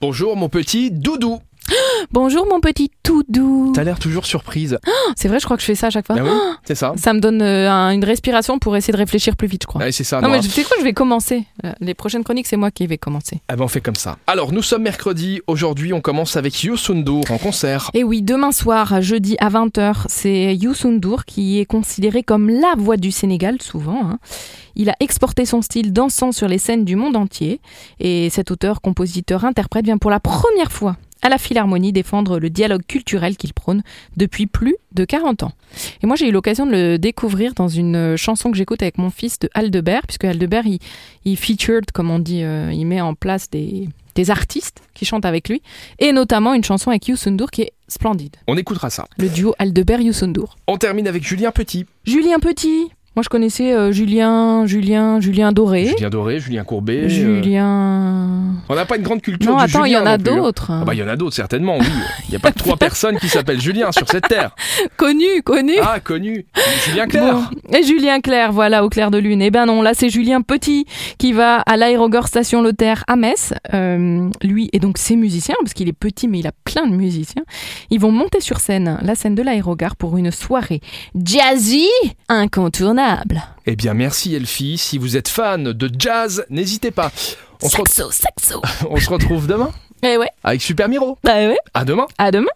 Bonjour mon petit doudou. Bonjour mon petit tout doux. T'as l'air toujours surprise. C'est vrai, je crois que je fais ça à chaque fois. Ah oui, c'est ça. Ça me donne une respiration pour essayer de réfléchir plus vite, je crois. Ouais, c'est ça. Non, mais tu sais quoi, je vais commencer. Les prochaines chroniques, c'est moi qui vais commencer. Ah ben on fait comme ça. Alors nous sommes mercredi, aujourd'hui on commence avec Youssou N'Dour en concert. Et oui, demain soir, jeudi à 20h, c'est Youssou N'Dour qui est considéré comme la voix du Sénégal, souvent. Il a exporté son style dansant sur les scènes du monde entier. Et cet auteur, compositeur, interprète vient pour la première fois à la Philharmonie défendre le dialogue culturel qu'il prône depuis plus de 40 ans. Et moi, j'ai eu l'occasion de le découvrir dans une chanson que j'écoute avec mon fils de Aldebert, puisque Aldebert, il featured, comme on dit, il met en place des artistes qui chantent avec lui, et notamment une chanson avec Youssou N'Dour qui est splendide. On écoutera ça. Le duo Aldebert-Youssou N'Dour. On termine avec Julien Petit. Julien Petit. Moi, je connaissais Julien Doré. Julien Doré, Julien Courbet. On n'a pas une grande culture non, du attends, Julien. Il y en a non plus, d'autres. Ah bah, il y en a d'autres, certainement, oui. Il n'y a pas que 3 personnes qui s'appellent Julien sur cette terre. Connu. Ah, connu. Julien Clerc. Bon. Et Julien Clerc, voilà, au clair de lune. Eh ben non, là, c'est Julien Petit qui va à l'Aérogare Station Lothaire à Metz. Lui et donc ses musiciens, parce qu'il est petit, mais il a plein de musiciens. Ils vont monter sur scène, la scène de l'Aérogare, pour une soirée jazzy incontournable. Eh bien, merci Elfie. Si vous êtes fan de jazz, n'hésitez pas. Saxo. On se retrouve demain Eh ouais. avec Super Miro. Bah ouais. À demain. À demain.